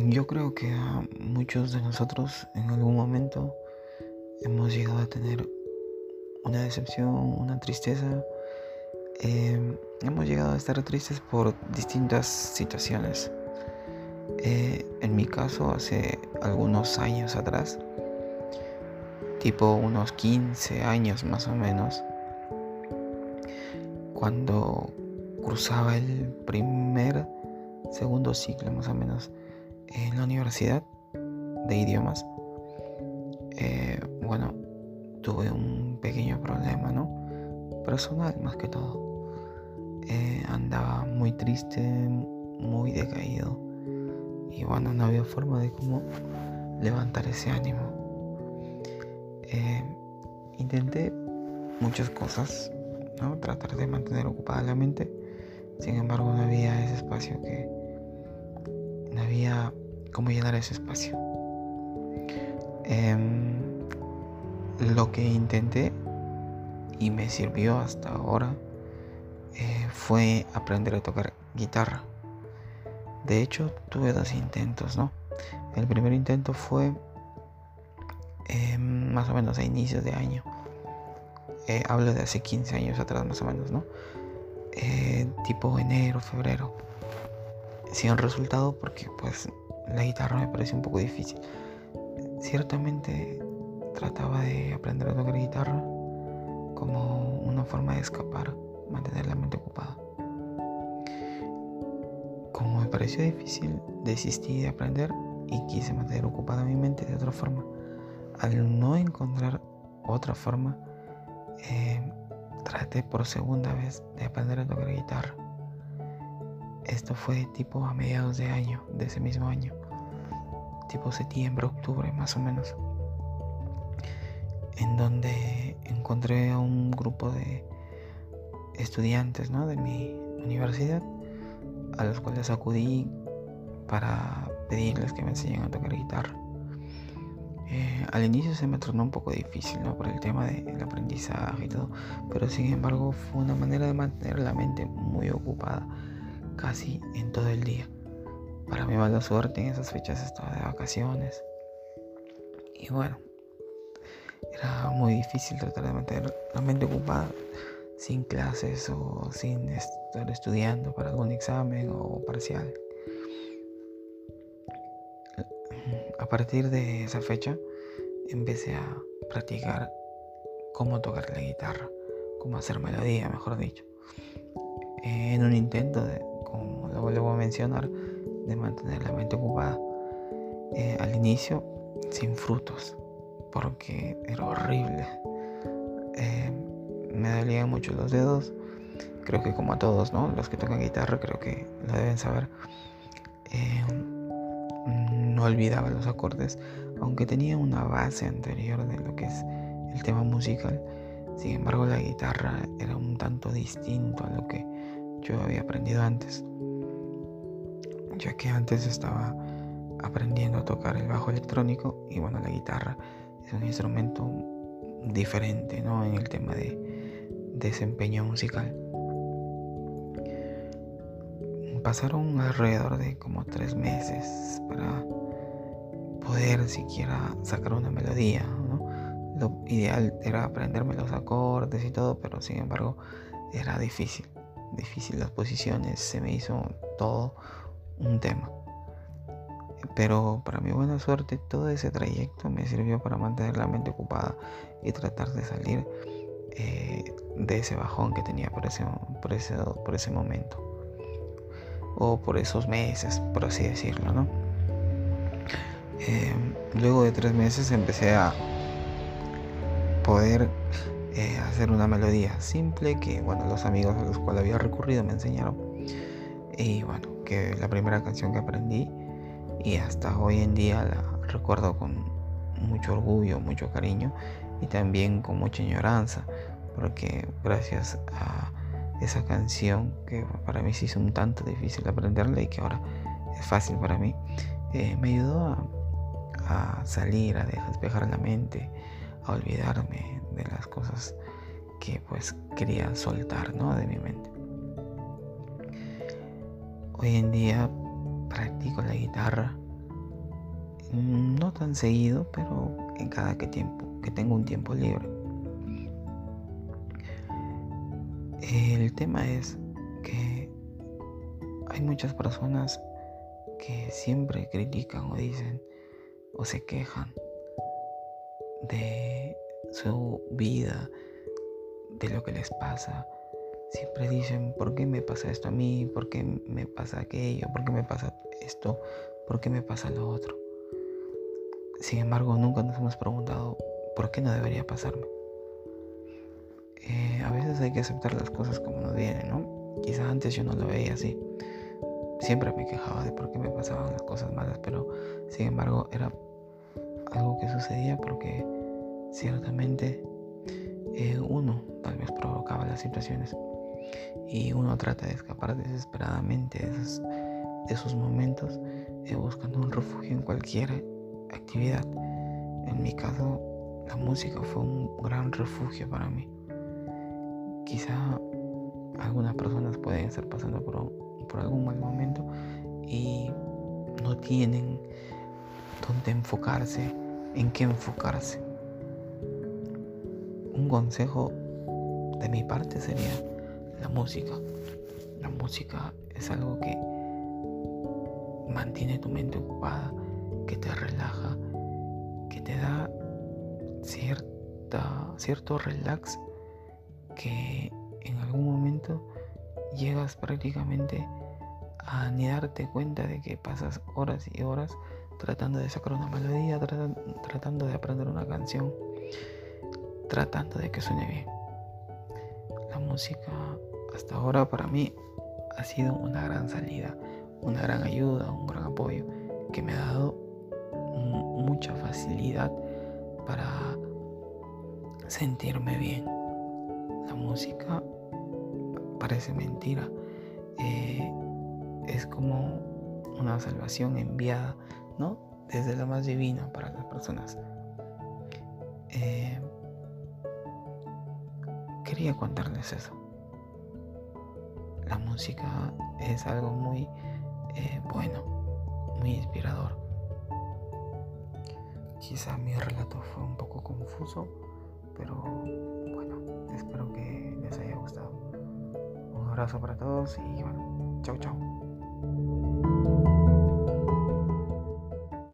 Yo creo que a muchos de nosotros en algún momento hemos llegado a tener una decepción, una tristeza. Hemos llegado a estar tristes por distintas situaciones. En mi caso, hace algunos años atrás, tipo unos 15 años más o menos, cuando cursaba el segundo ciclo más o menos en la universidad de idiomas, tuve un pequeño problema, ¿no? Personal más que todo. Andaba muy triste, muy decaído y no había forma de cómo levantar ese ánimo. Intenté muchas cosas, ¿no? Tratar de mantener ocupada la mente. Sin embargo, no había ese espacio no había cómo llenar ese espacio. Lo que intenté y me sirvió hasta ahora fue aprender a tocar guitarra. De hecho, tuve 2 intentos, ¿no? El primer intento fue más o menos a inicios de año. Hablo de hace 15 años atrás más o menos, ¿no? Tipo enero, febrero. Sin resultado porque pues la guitarra me pareció un poco difícil. Ciertamente trataba de aprender a tocar guitarra como una forma de escapar, mantener la mente ocupada. Como me pareció difícil, desistí de aprender y quise mantener ocupada mi mente de otra forma. Al no encontrar otra forma, traté por segunda vez de aprender a tocar guitarra. Esto fue tipo a mediados de año, de ese mismo año, tipo septiembre, octubre más o menos, en donde encontré a un grupo de estudiantes, ¿no? De mi universidad, a los cuales acudí para pedirles que me enseñen a tocar guitarra. Al inicio se me tornó un poco difícil, ¿no? Por el tema del aprendizaje y todo, pero sin embargo fue una manera de mantener la mente muy ocupada casi en todo el día. Para mi mala suerte, en esas fechas estaba de vacaciones y era muy difícil tratar de mantener la mente ocupada sin clases o sin estar estudiando para algún examen o parcial. A partir de esa fecha empecé a practicar cómo tocar la guitarra, cómo hacer melodía, mejor dicho, en un intento de, como lo vuelvo a mencionar, de mantener la mente ocupada. Al inicio sin frutos, porque era horrible. Me dolían mucho los dedos. Creo que como a todos, ¿no? Los que tocan guitarra creo que lo deben saber. No olvidaba los acordes, aunque tenía una base anterior de lo que es el tema musical. Sin embargo, la guitarra era un tanto distinto a lo que yo había aprendido antes, ya que antes estaba aprendiendo a tocar el bajo electrónico y la guitarra es un instrumento diferente, ¿no? En el tema de desempeño musical. Pasaron alrededor de como 3 meses para poder siquiera sacar una melodía, ¿no? Lo ideal era aprenderme los acordes y todo, pero sin embargo era difícil las posiciones, se me hizo todo un tema. Pero para mi buena suerte todo ese trayecto me sirvió para mantener la mente ocupada y tratar de salir de ese bajón que tenía por ese momento, o por esos meses, por así decirlo, ¿no? Luego de 3 meses empecé a poder hacer una melodía simple que los amigos a los cuales había recurrido me enseñaron, y que la primera canción que aprendí y hasta hoy en día la recuerdo con mucho orgullo, mucho cariño y también con mucha añoranza, porque gracias a esa canción que para mí se hizo un tanto difícil aprenderla y que ahora es fácil para mí, me ayudó a salir, a despejar la mente, a olvidarme de las cosas que quería soltar, ¿no? De mi mente. Hoy en día practico la guitarra no tan seguido, pero en cada que tengo un tiempo libre. El tema es que hay muchas personas que siempre critican o dicen o se quejan de su vida, de lo que les pasa. Siempre dicen, ¿por qué me pasa esto a mí? ¿Por qué me pasa aquello? ¿Por qué me pasa esto? ¿Por qué me pasa lo otro? Sin embargo, nunca nos hemos preguntado, ¿por qué no debería pasarme? A veces hay que aceptar las cosas como nos vienen, ¿no? Quizás antes yo no lo veía así. Siempre me quejaba de por qué me pasaban las cosas malas, pero sin embargo era algo que sucedía porque ciertamente uno tal vez provocaba las situaciones y uno trata de escapar desesperadamente de esos momentos buscando un refugio en cualquier actividad. En mi caso, la música fue un gran refugio para mí. Quizá algunas personas pueden estar pasando por algún mal momento y no tienen dónde enfocarse, en qué enfocarse. Un consejo de mi parte sería la música. La música es algo que mantiene tu mente ocupada, que te relaja, que te da cierto relax, que en algún momento llegas prácticamente a ni darte cuenta de que pasas horas y horas tratando de sacar una melodía, tratando de aprender una canción, tratando de que suene bien. La música hasta ahora para mí ha sido una gran salida, una gran ayuda, un gran apoyo que me ha dado mucha facilidad para sentirme bien. La música parece mentira, es como una salvación enviada, ¿no? Desde la más divina para las personas. Quería contarles eso. La música es algo muy bueno, muy inspirador. Quizá mi relato fue un poco confuso, pero bueno, espero que les haya gustado. Un abrazo para todos y bueno, chau chau.